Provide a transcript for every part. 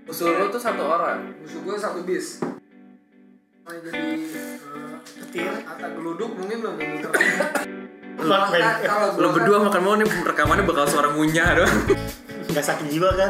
Musuh lu tuh satu orang. Musuh gue satu bis. Jadi Petir. atau geluduk mungkin belum tentu. Kalau lu berdua makan mau nih rekamannya bakal suara ngunyah doang. Gak sakit jiwa kan?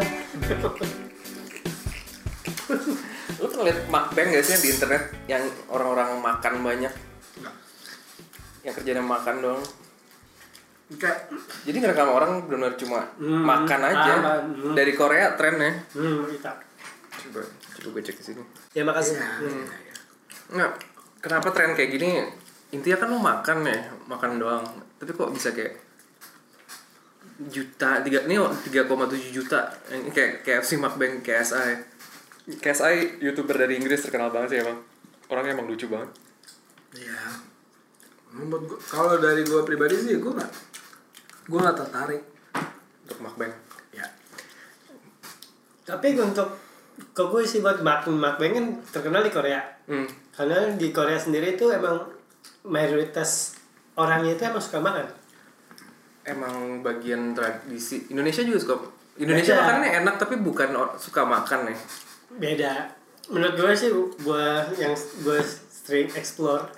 Lu tuh ngeliat mukbang gak sih yang di internet yang orang-orang makan banyak? Yang kerjanya makan doang. Kayak Jadi ngerekam orang benar-benar cuma makan aja. Dari Korea trennya. Kita. Coba gue cek di sini. Ya makasih. Nggak, kenapa tren kayak gini? Intinya kan lu makan ya, makan doang. Tapi kok bisa kayak juta, 3,7 juta. Ini kayak KFC mukbang KSI. KSI YouTuber dari Inggris terkenal banget sih emang. Orangnya emang lucu banget. iya. Menurut gue, kalau dari gue pribadi sih gue nggak tertarik Untuk mukbang. ya. Tapi untuk gue sih buat mukbang kan terkenal di Korea. Karena di Korea sendiri itu emang mayoritas orangnya itu emang suka makan. Emang bagian tradisi. Indonesia juga suka. Indonesia Beda. makannya enak tapi bukan suka makan ya. Beda. Menurut gue sih yang gue sering explore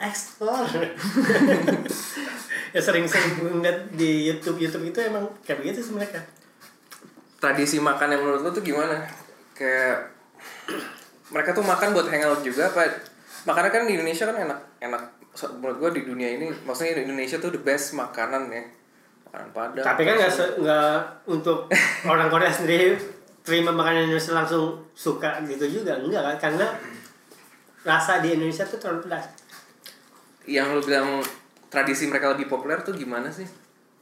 ya sering ngeliat di YouTube itu emang kayak begitu sih mereka. Tradisi makan yang menurut lo tuh gimana? Kayak mereka tuh makan buat hangout juga apa? Makannya kan di Indonesia kan enak. Menurut gua di dunia ini, maksudnya di Indonesia tuh the best makanan ya. Makanan Padang. Tapi kan nggak untuk orang Korea sendiri terima makanan Indonesia langsung suka gitu juga enggak kan? Karena rasa di Indonesia tuh terlalu pedas. Yang lo bilang tradisi mereka lebih populer tuh gimana sih?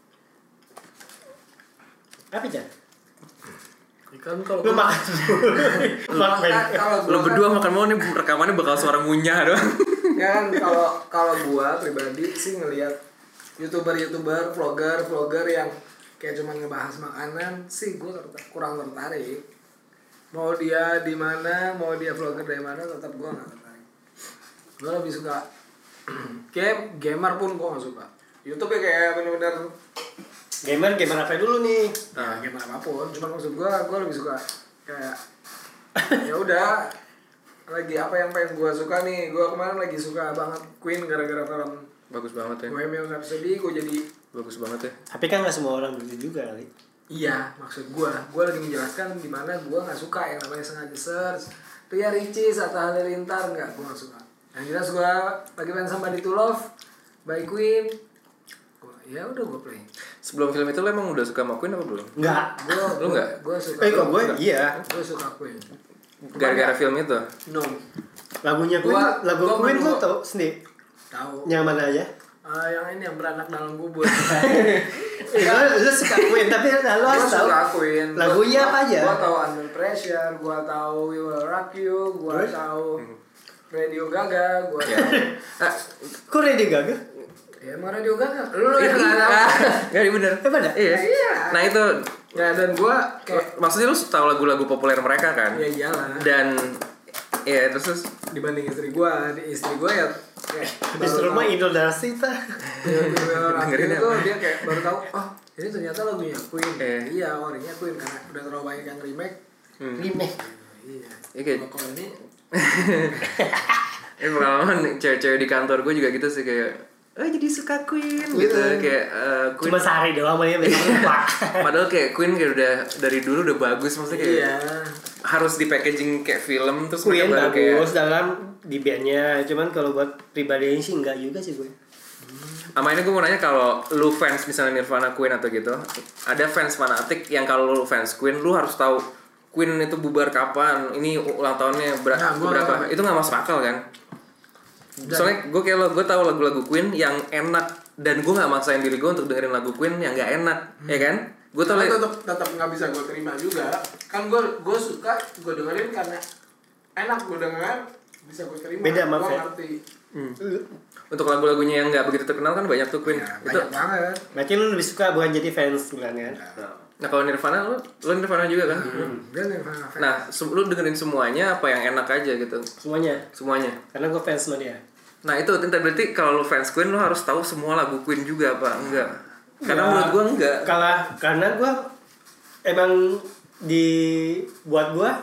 Apa Jan? Kan kalau Lu makan kalau Lo berdua makan mau nih rekamannya bakal suara ngunyah doang. ya kan kalau gua pribadi sih ngelihat youtuber vlogger yang kayak cuma ngebahas makanan sih gua kurang tertarik. Mau dia di mana, mau dia vlogger dari mana, tetap gua nggak tertarik. Gua lebih suka kayak gamer pun gua nggak suka. YouTube ya kayak bener-bener gamer apa dulu nih? ya gamer apapun. Cuma maksud gua lebih suka kayak ya udah lagi apa yang pengen gua suka nih. Gua kemarin lagi suka banget Queen gara-gara film Bagus banget ya. Bohemian Rhapsody. Gua jadi Bagus banget ya. Tapi kan nggak semua orang begitu juga kali. iya, maksud gua lagi menjelaskan di mana gua nggak suka yang namanya sengaja search Ria Ricis atau Halilintar, nggak, gua nggak suka. Yang jelas gua lagi pengen Somebody to Love by Queen. Ya udah gua play. Sebelum film itu lo emang udah suka sama Queen apa belum? Enggak. Lu nggak? Gua suka. Kok gue iya. Gua suka Queen. Gara-gara film itu? No. Lagunya Queen, lagu gua Queen menunggu- lu tau sendiri? Tahu. Yang mana aja? Yang ini yang beranak dalam kubur. Lu suka Queen tapi lu Gua harus tahu suka Queen. lagunya apa aja? Gua tahu Under Pressure, gua tahu We Will Rock You, gua tahu Radio Gaga, gua tahu. Ah, Kok Lady Gaga? Ya emang Radio Gaga. Lu iya, yang nggak tahu. Gak bener. Pada? Iya. Iya. Nah itu Ya dan gua kayak maksudnya lu tahu lagu-lagu populer mereka kan? ya iyalah. Dan ya terus Dibanding istri gua ya kayak Habis rumah idol Darsita. Dengerin itu apa? dia kayak baru tahu, oh ini ternyata lagunya Queen. Iya. Iya, originnya Queen karena udah terlalu banyak yang remake. Remake. Iya. Iya, kayak- Kalau ini pengalaman cewek-cewek di kantor gue juga gitu sih kayak jadi suka Queen gitu kayak Queen. Cuma sehari doang dia lupa. Padahal kayak Queen kayak udah dari dulu udah bagus, maksudnya kayak iya. harus di packaging kayak film terus Queen mereka baru kayak bagus dalam di bandnya, cuman kalau buat pribadinya sih enggak juga sih gue. sama ini gue mau nanya, kalau lu fans misalnya Nirvana, Queen atau gitu, ada fans fanatik yang kalau lu fans Queen lu harus tahu Queen itu bubar kapan, ini ulang tahunnya Nah, gua berapa, nggak. itu nggak masuk akal kan? Soalnya gue tahu lagu-lagu Queen yang enak dan gue nggak maksain diri gue untuk dengerin lagu Queen yang nggak enak, ya kan? Gue tahu tetap nggak bisa gue terima juga. Kan gue suka, gue dengerin karena enak, gue denger bisa gue terima. Beda sama gue fan. ngerti. untuk lagu-lagunya yang nggak begitu terkenal kan banyak tuh Queen. Ya, Itu. banyak banget. Berarti lu lebih suka bukan jadi fans bukan kan? Nah kalau Nirvana lu Nirvana juga kan? Dia Nirvana fan. Nah lu dengerin semuanya apa yang enak aja gitu? Semuanya. Semuanya. Karena gue fans sama dia. Nah itu berarti kalau lu fans Queen lu harus tahu semua lagu Queen juga apa enggak? Karena Ya, menurut gua enggak. Karena gue emang buat gue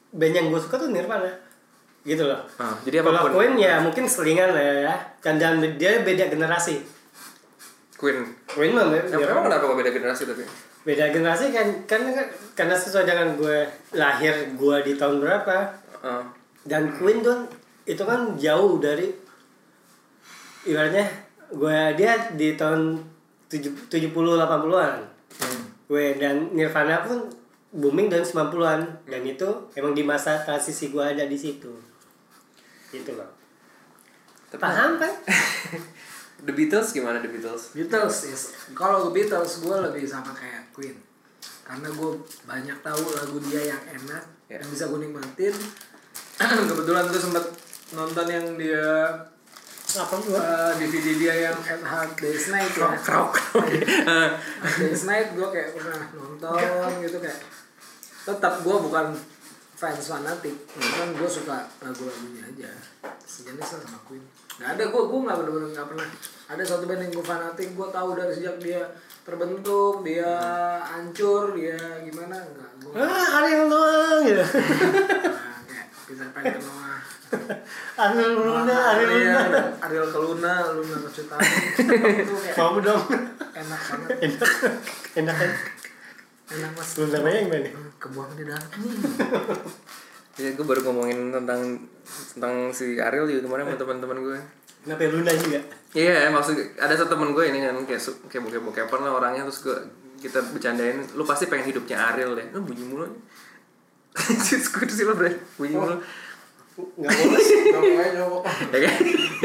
band yang gue suka tuh Nirvana gitu loh. Jadi kalau apapun. Queen ya mungkin selingan lah ya, kan dan dia beda generasi. Queen mah emang kenapa kok beda generasi tapi? Beda generasi kan karena sesuai dengan gue lahir gue di tahun berapa. Dan Queen tuh itu kan jauh dari ibaratnya dia di tahun 70-80-an. Gue dan Nirvana pun booming dan 90-an dan itu emang di masa transisi gue ada di situ. Gitu loh. Paham kan? The Beatles gimana The Beatles? Kalau The Beatles gue lebih sama kayak Queen. Karena gue banyak tahu lagu dia yang enak, yang bisa gue nikmatin. Kebetulan gue sempet nonton yang dia DVD dia yang At Hard Day's Night ya. Hard Day's Night gue kayak pernah nonton gitu kayak. Tetap gue bukan fans fanatik, cuman gue suka lagu-lagunya aja. Sejenis lah sama Queen. Gak ada, gue nggak bener-bener nggak pernah ada satu band yang gue fanatik. Gue tahu dari sejak dia terbentuk, dia hancur, dia gimana enggak. Ariel Noah gitu. Kayak Peter Pan ke Noah. Ariel ke Luna ke Cutami. Itu kayak mau dong. enak banget. Enak kan? Enak mas. Luna yang mana? Kebuang di dalam nih. Ya gue baru ngomongin tentang si Ariel juga kemarin sama teman-teman gue. Kenapa Luna juga? Iya, maksud ada satu temen gue ini kan kayak bokep-bokepan lah orangnya, terus kita bercandain, lu pasti pengen hidupnya Ariel deh. Lu bunyi mulu. Gue sih lo bre, bunyi mulu. Enggak boleh sih. Enggak boleh Joko. Ya kan?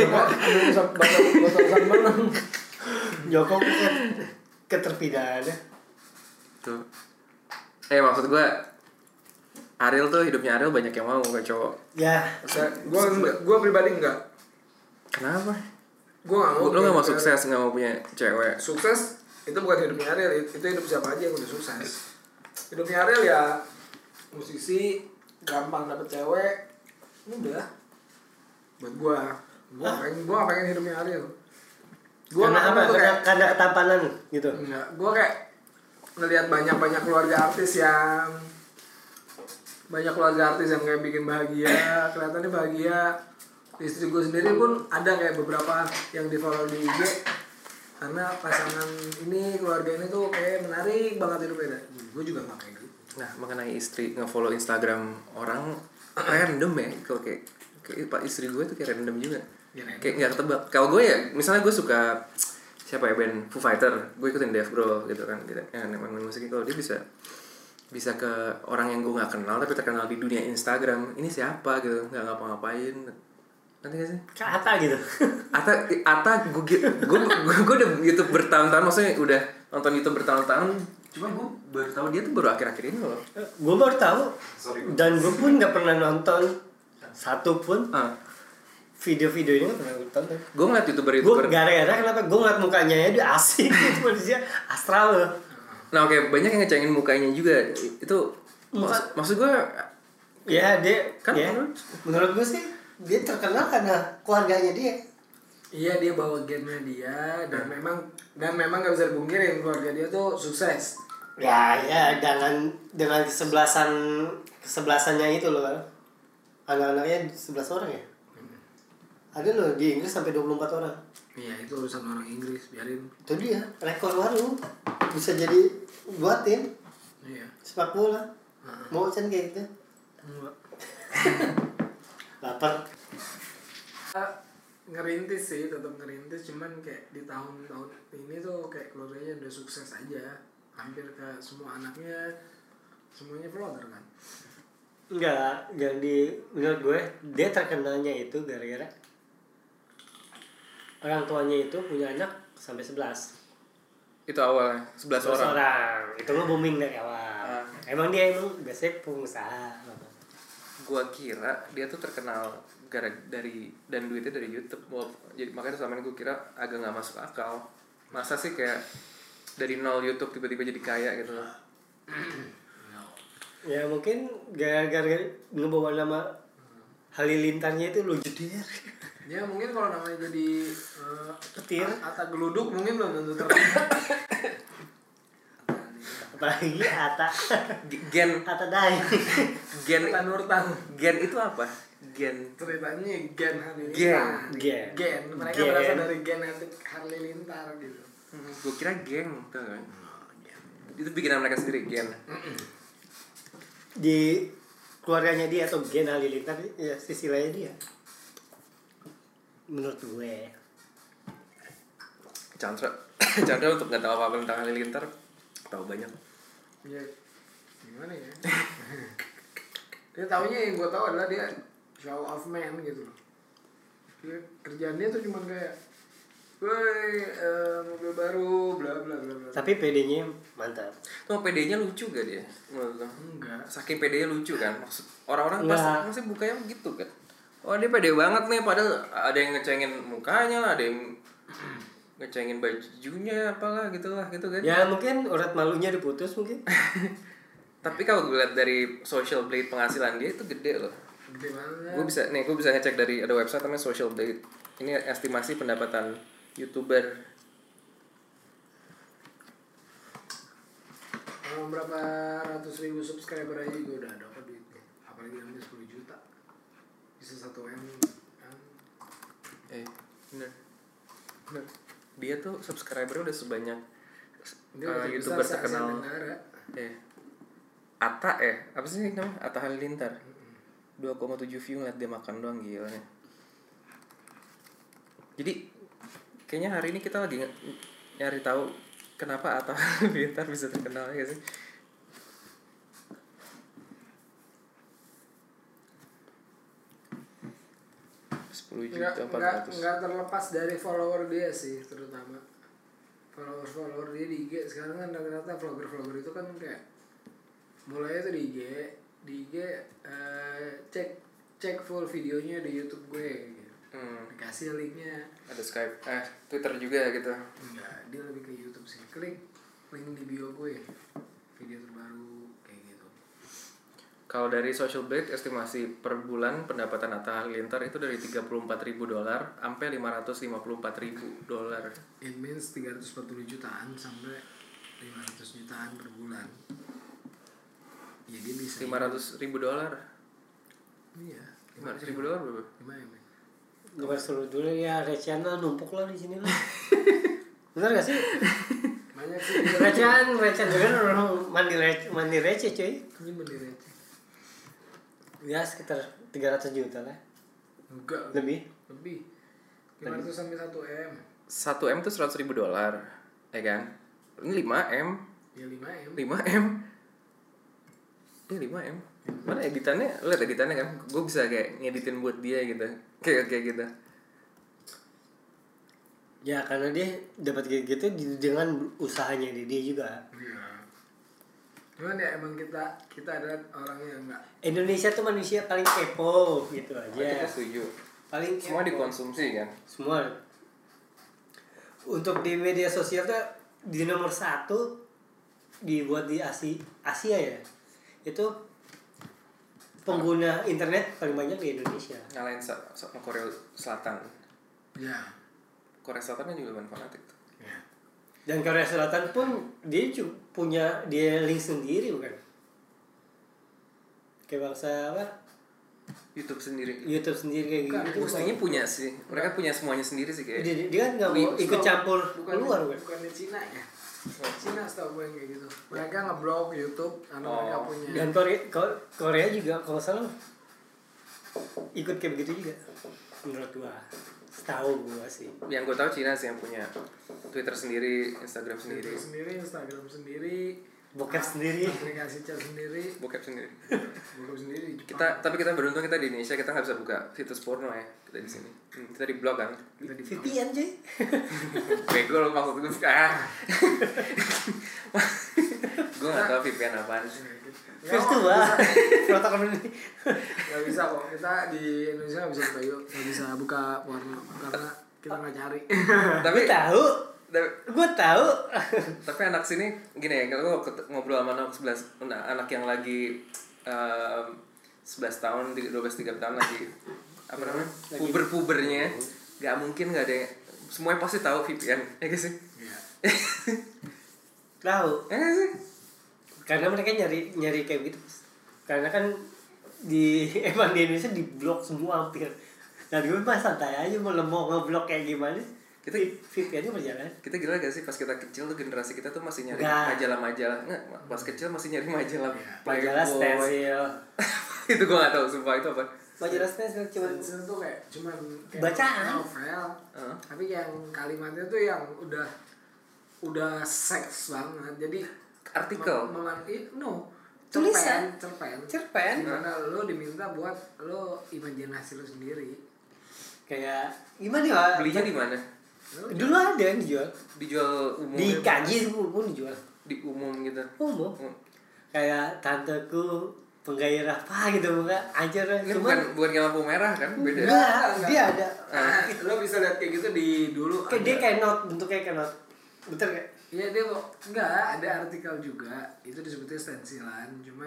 Joko keterpidana. Tuh. Maksud gue Ariel tuh hidupnya Ariel banyak yang mau kayak cowok. Ya, Gue pribadi enggak. Kenapa? Gue nggak mau. Lu nggak mau sukses, nggak mau punya cewek. Sukses itu bukan hidupnya Ariel, itu hidup siapa aja yang udah sukses. Hidupnya Ariel ya musisi, gampang dapet cewek, udah. Buat gue pengen hidupnya Ariel. Gua karena apa? kayak, Karena ketampanan gitu. enggak, gue kayak ngelihat banyak keluarga artis yang kayak bikin bahagia, kelihatannya bahagia. Istri gue sendiri pun ada kayak beberapa yang di follow di IG karena pasangan ini, keluarga ini tuh kayak menarik banget hidupnya. Gue juga gak kayak gitu. Nah, mengenai istri nge-follow Instagram orang random ya, kalau kayak pak istri gue tuh kayak random juga. Ya, kayak nggak ketebak. Kalau gue ya, misalnya gue suka siapa ya, band Foo Fighter, gue ikutin Dave Grohl gitu kan, gitu. Yang main musik, kalau dia bisa ke orang yang gue nggak kenal tapi terkenal di dunia Instagram, ini siapa gitu, nggak ngapa-ngapain, nanti gak sih? Kayak Atta gitu. Atta gue udah YouTube bertahun-tahun, maksudnya udah nonton YouTube bertahun-tahun, cuma gue baru tahu dia tuh baru akhir-akhir ini loh. Gue baru tahu. Dan gue pun nggak pernah nonton satu pun video-video ini, nggak pernah gue tonton. Gue ngeliat YouTuber Gue gara-gara kenapa gue ngeliat mukanya ya dia asik gitu, manusia astral loh. Nah oke, banyak yang ngecengin mukanya juga. Itu maksud gue ya dia kan ya, menurut gue sih dia terkenal karena keluarganya dia. Iya, dia bawa gennya dia dan memang nggak bisa dipungkirin keluarga dia tuh sukses. Ya dengan kesebelasannya itu loh. Anak-anaknya 11 orang ya. Ada loh di Inggris sampai 24 orang. Iya, itu urusan orang Inggris, biarin. Itu dia rekor baru, bisa jadi buatin. Iya. Sepak bola. Mau kan kayak gitu. Enggak. Lapar. Ngerintis sih, tetap ngerintis, cuman kayak di tahun-tahun ini tuh kayak keluarganya udah sukses aja. Hampir ke semua anaknya semuanya vlogger kan. Enggak menurut gue dia terkenalnya itu gara-gara orang tuanya itu punya anak sampai 11. itu awalnya 11 orang. Itu lo booming dari awal. Emang dia biasanya pengusaha. Gua kira dia tuh terkenal dan duitnya dari YouTube. Jadi makanya selama ini gue kira agak nggak masuk akal. Masa sih kayak dari nol YouTube tiba-tiba jadi kaya gitu. Ya mungkin gara-gara ngebawa nama Halilintarnya itu lo jeder. Ya mungkin kalau namanya jadi petir Atta Geluduk mungkin belum tentu terkenal. Apalagi Ata. Gen Ata Dai. gen Nurtan. gen itu apa? Gen Ceritanya Gen Halilintar. Gen. Mereka Gen. berasal dari Gen Halilintar gitu. gue kira geng tuh kan. Itu bikinan mereka sendiri gen. Di keluarganya dia atau Gen Halilintar ya silsilahnya dia. Menurut gue. Chandra untuk nggak tahu apa-apa tentang Halilintar tahu banyak. Ya gimana ya? Dia taunya yang gue tahu adalah dia show off man gitu loh. Dia kerjaan dia tuh cuma kayak, woi mobil baru, bla bla bla bla. Tapi PD-nya mantap. Tuh PD-nya lucu gak dia? Menurut lo? Enggak. Saking PD-nya lucu kan. Maksud orang-orang Enggak. pasti bukanya gitu kan. Oh dia pede banget nih, padahal ada yang ngecengin mukanya, ada yang ngecengin bajunya, apalah gitu kan. Ya mungkin urat malunya diputus mungkin. Tapi kalau gue lihat dari Social Blade penghasilan dia itu gede loh. Gede banget. Gue bisa ngecek dari ada website namanya Social Blade. Ini estimasi pendapatan YouTuber. Berapa ratus ribu subscriber aja juga udah dapat duitnya. Apalagi namanya 10 juta. Bisa 1 M kan. Bener. Dia tuh subscriber udah sebanyak Dia udah YouTuber besar terkenal. se-Asia Tenggara. Atta apa sih namanya? Atta Halilintar. 2,7 view ngeliat dia makan doang, gila nih. Jadi kayaknya hari ini kita lagi nyari tahu kenapa Atta Halilintar bisa terkenal ya sih. Nggak terlepas dari follower dia sih, terutama follower dia di IG. Sekarang kan rata-rata vlogger itu kan kayak mulainya tuh di IG cek full videonya di YouTube gue gitu. Dikasih linknya. Ada Skype, Twitter juga gitu. Enggak, dia lebih ke YouTube sih. Klik link di bio gue, video terbaru kayak gitu. Kalau dari Social Blade estimasi per bulan pendapatan Atta Halilintar itu dari $34.000 sampai $554.000. It means 340 jutaan sampai 500 jutaan per bulan. Ya dia bisa. $500.000. Iya. $500.000 berapa? 5 M. Gue suruh dulu ya recehan lah numpuk lah di sini lah. Bener gak sih? Banyak sih. Recehan juga orang mandi receh cuy. Ini mendirect. Ya sekitar 300 juta lah. Enggak. Lebih. 500 sampai 1 M. 1 M itu $100.000, ya kan? Ini 5 M. Ya 5 M. 5 M. Ini 5 M. Mana editannya? Lihat editannya kan. Gue bisa kayak ngeditin buat dia gitu. Kayak gitu. Ya karena dia dapat kayak gitu dengan usahanya dia juga. Iya. Cuman ya emang kita adalah orang yang enggak. Indonesia tuh manusia paling kepo gitu Kita aja. setuju. Paling Semua kepo. dikonsumsi kan. Semua. Untuk di media sosial tuh di nomor 1 dibuat di Asia ya. Itu pengguna internet paling banyak di Indonesia. Ngalahin sama Korea Selatan. Ya. Korea Selatan kan juga main fanatik tuh. Ya. Dan Korea Selatan pun dia punya link sendiri bukan? Kayak bangsa apa? YouTube sendiri. YouTube sendiri kayak Bukan, gitu. Mestinya punya sih. Mereka punya semuanya sendiri sih kayak. Dia kan nggak mau ikut campur keluar kan? Bukan di Cina ya. Cina setahu gue yang kayak gitu. Mereka ngeblok YouTube karena mereka punya. Dan Korea juga kalau nggak salah ikut kayak begitu juga menurut gua. Setahu gua sih. Yang gue tahu Cina sih yang punya Twitter sendiri, Instagram sendiri, Twitter sendiri, Instagram sendiri, Bokep sendiri. aplikasi chat sendiri, bokep sendiri. bokep sendiri. Tapi kita beruntung kita di Indonesia, kita nggak bisa buka situs porno ya. Kita di sini. Kita di blog kan. Kita di VPN cuy. Bego lo maksud gue. Gue nggak tahu VPN apaan sih. Virtual. Protokol ini. Gak bisa kok, kita di Indonesia gak bisa buka yuk, gak bisa buka porno karena kita nggak cari. Tapi Gue tahu. Tapi anak sini gini ya, kalau gue ngobrol sama anak yang lagi 11 tahun, 12-13 tahun lagi apa namanya? Pubernya, nggak mungkin nggak ada. Semuanya pasti tahu VPN, ya guys sih. Iya. Tahu. Ya nggak sih? Karena mereka nyari kayak gitu. Karena kan emang di Indonesia di blok semua hampir. Dan gue mah santai aja mau ngeblok kayak gimana. Kita VPN-nya berjalan. Kita gila gak sih pas kita kecil tuh generasi kita tuh masih nyari Enggak. majalah-majalah. Enggak, pas kecil masih nyari majalah. Majalah stensil. Itu gua gak tahu sumpah itu apa. Majalah stensil cuma Stensil tuh cuman kayak bacaan. novel. Tapi yang kalimatnya tuh yang udah seks banget. Jadi Artikel. Tulisan. cerpen. Dimana lo diminta buat lo imajinasi lo sendiri. Kayak gimana ya? Belinya di mana? Dulu ada yang dijual. Dijual umum. Di kaji pun dijual. Di umum gitu. Umum. Kayak tanteku penggairah apa gitu bukan ajar Ini cuman bukan yang lampu merah kan? Beda. enggak, dia ada. Lo bisa lihat kayak gitu di dulu. Kayak dia kayak not, bentuknya kayak not. Betul kayak? Iya dia enggak ada artikel juga. Itu disebutnya stensilan. Cuman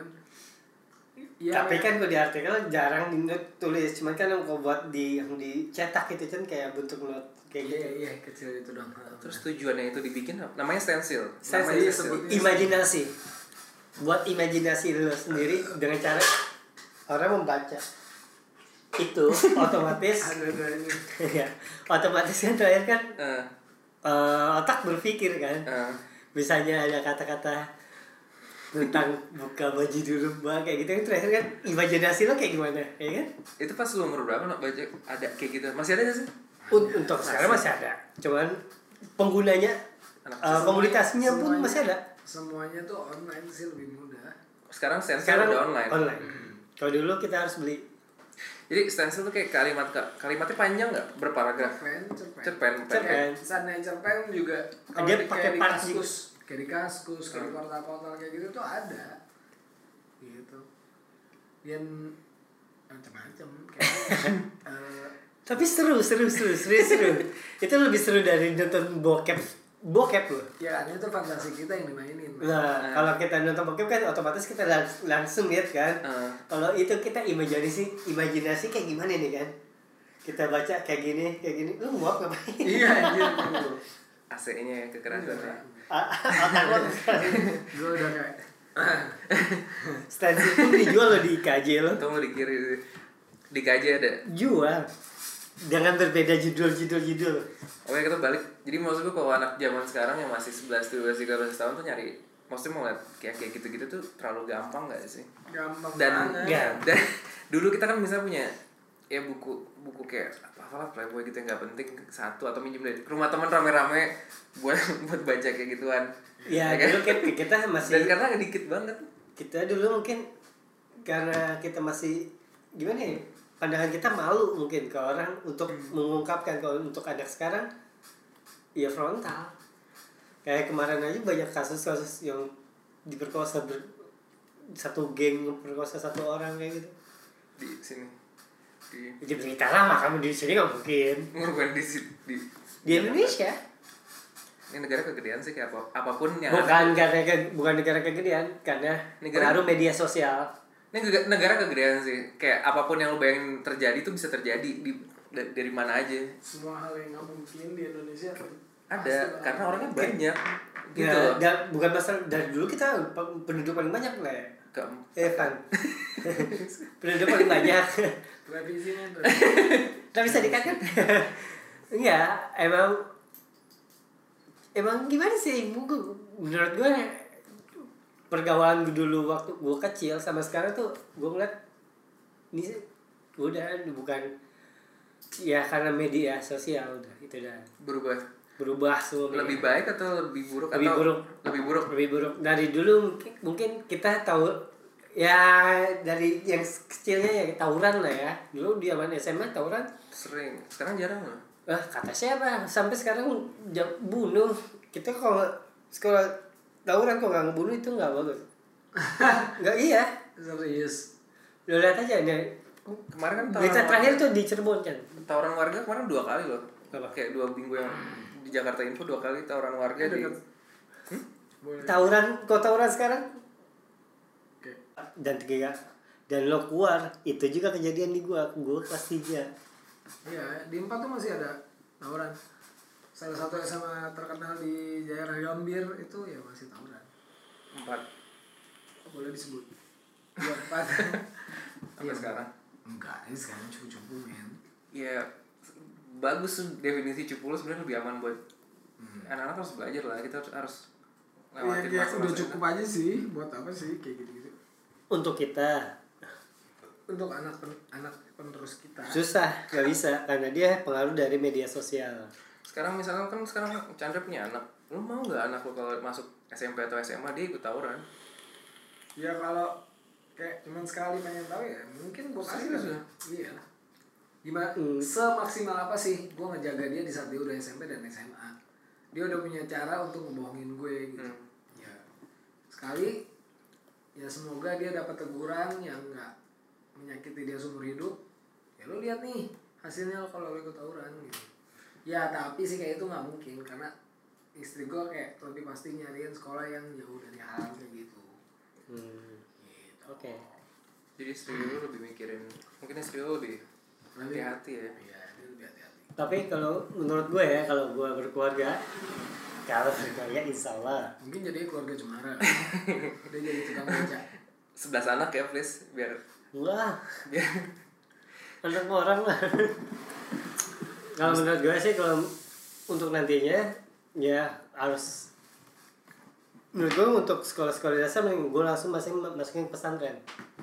ya, Tapi kan kalau di artikel jarang ditulis, cuman kan kalau buat yang dicetak gitu kan kayak bentuk not kayak gitu. iya kecil itu dong. Terus tujuannya itu dibikin apa? Namanya stensil. Stensil. Namanya Imajinasi. Buat imajinasi lo sendiri dengan cara orang membaca. Itu otomatis ya, otomatis kan terakhir kan otak berpikir kan. Misalnya ada kata-kata tentang buka baju dulu bang kayak gitu kan terakhir kan imajinasi lo kayak gimana ya kan? Itu pas lu umur berapa nak baca ada kayak gitu? Masih ada gak sih? Untuk sekarang masih ada, cuman penggunanya komunitasnya pun masih ada. Semuanya tuh online sih lebih mudah. Sekarang stensil udah online. Kalau dulu kita harus beli. Jadi stensil tuh kayak kalimatnya panjang nggak? Berparagraf. Cerpen. Sana cerpen juga kalau Dia di pakai kayak di part kaskus, kayak di portal-portal kayak gitu tuh ada. Gitu. Dan macam-macam kayak Tapi seru. Itu lebih seru dari nonton bokep loh. ya kan itu fantasi kita yang dimainin. Nah, kalau kita nonton bokep kan otomatis kita langsung lihat kan. Kalau itu kita imajinasi kayak gimana nih kan? Kita baca kayak gini. Lu mau ngapain? Iya anjir. AC-nya ya kekerasan. Otak lo. Gue udah kayak Stensil pun dijual loh di KJ lo. Tunggu di kiri. Di KJ ada. Jual. Dengan berbeda judul. Oke kita balik. Jadi maksud gue kalau anak zaman sekarang yang masih 11, 12, 13 tahun tuh nyari, maksudnya mau lihat kayak gitu-gitu tuh terlalu gampang gak sih? gampang Dan dulu kita kan misalnya punya ya buku kayak apalah Playboy gitu yang nggak penting satu atau minjem dari rumah teman rame-rame buat baca kayak gituan. Ya dulu kan kita masih. Dan karena dikit banget. Kita dulu mungkin karena kita masih gimana ya? Pandangan kita malu mungkin ke orang untuk mengungkapkan. Kalau untuk anak sekarang ya frontal. Kayak kemarin aja banyak kasus yang diperkosa satu geng memperkosa satu orang kayak gitu. Di sini. Di berita lama kamu di sini nggak mungkin. Bukan Di Indonesia. Ini negara kegedean sih kayak apapun yang bukan negara kegedean karena pengaruh media sosial. Ini negara kegedean sih. Kayak apapun yang lo bayangin terjadi itu bisa terjadi dari mana aja. Semua hal yang nggak mungkin di Indonesia ada karena orangnya banyak gitu ya, loh. Bukan masalah dari dulu kita penduduk paling banyak lah ya. Kan penduduk paling banyak. revisinya tuh. Tapi bisa dikatakan enggak, emang gimana sih menurut gue pergaulan gue dulu waktu gue kecil sama sekarang tuh gue ngeliat ini udah bukan ya karena media sosial udah itu dah berubah semua. Lebih baik atau lebih buruk? Lebih buruk. Dari dulu mungkin kita tahu ya dari yang kecilnya ya tawuran lah ya. Dulu di zaman SMA tawuran sering. Sekarang jarang loh. Kata siapa? Sampai sekarang bunuh. Kita kalau sekolah tawuran kok nggak ngebunuh itu nggak bagus. Nggak iya. Serius. Lo lihat aja nih. Kemarin kan berita terakhir tuh di Cirebon kan. Tawuran warga kemarin 2 kali loh. Apa? Kayak 2 minggu yang di Jakarta Info 2 kali tawuran warga di Tawuran sekarang. Dan lo keluar itu juga kejadian di gua kelas 3. Iya, di 4 tuh masih ada tawuran. Salah satu SMA terkenal di daerah Gambir itu ya masih tawuran. 4 boleh disebut. 24. Sampai sekarang. Enggak, ini sekarang cupu-cupu men. Ya bagus tuh definisi cupu lu sebenarnya lebih aman buat anak-anak harus belajar lah, kita harus lewatin Iya, masa-masa udah itu. cukup aja sih. Buat apa sih kayak gitu-gitu? Untuk kita Untuk anak penerus kita. susah, nggak bisa karena dia pengaruh dari media sosial. Sekarang misalnya kan sekarang Chandra punya anak, lu mau nggak anak lu kalau masuk SMP atau SMA dia ikut tawuran? Ya kalau kayak cuman sekali pengen tahu ya mungkin gue kasih Serius kan. ya? Iya. Gimana semaksimal apa sih gue ngejaga dia di saat dia udah SMP dan SMA. Dia udah punya cara untuk ngebohongin gue gitu. Ya sekali ya semoga dia dapat teguran yang enggak menyakiti dia seumur hidup. Ya lu lihat nih hasilnya kalau lu ikut tawuran gitu. Ya tapi sih kayak itu nggak mungkin karena istri gue kayak lebih pasti nyariin sekolah yang jauh dari hal kayak gitu. Gitu. Oke. Jadi istri lu lebih mikirin, mungkin istri lu lebih hati-hati ya. Iya, dia lebih hati-hati. Tapi kalau menurut gue ya, kalau gue berkeluarga, insya Allah. Mungkin jadi keluarga cemara. Dia jadi tukang beca. 11 anak ya please, biar Wah, anak orang lah. Kalau menurut gue sih, kalau untuk nantinya ya harus, menurut gue untuk sekolah-sekolah dasar mending gue langsung masukin pesantren.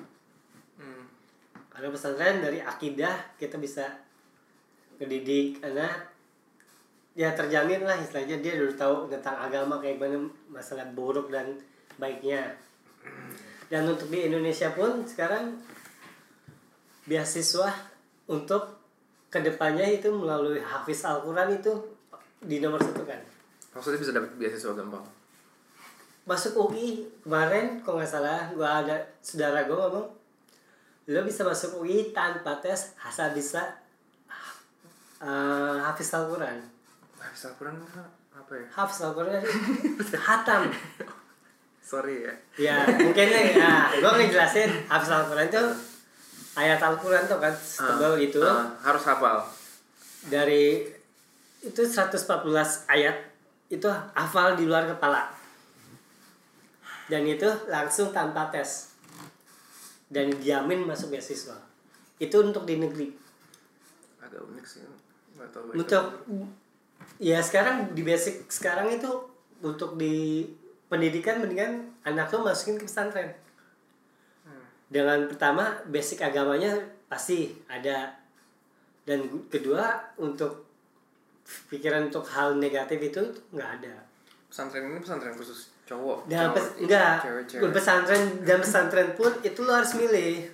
Karena pesantren dari akidah kita bisa ngedidik anak, ya terjamin lah istilahnya dia udah tahu tentang agama kayak gimana, masalah buruk dan baiknya. Dan untuk di Indonesia pun sekarang beasiswa untuk kedepannya itu melalui Hafiz Al-Quran itu di nomor 1 kan. maksudnya bisa dapat beasiswa gampang. Masuk UI kemarin kalau nggak salah gua ada saudara gua ngomong, lo bisa masuk UI tanpa tes asal bisa Hafiz Al-Quran. Hafiz Al-Quran apa ya? Hafiz Al-Quran hatam. Sorry ya. Ya mungkin ya gue ngejelasin Hafiz Al-Quran itu ayat Al-Quran tuh kan setebal gitu. Harus hafal. Dari itu 114 ayat itu hafal di luar kepala. Dan itu langsung tanpa tes. Dan dijamin masuk beasiswa. Itu untuk di negeri. Agak unik sih. Nggak tahu baik. Untuk ya sekarang di basic sekarang itu untuk di pendidikan mendingan anak tuh masukin ke pesantren. Dengan pertama basic agamanya pasti ada, dan kedua untuk pikiran untuk hal negatif itu nggak ada. Pesantren ini pesantren khusus cowok. Dan Enggak. pesantren dan pesantren pun itu lo harus milih.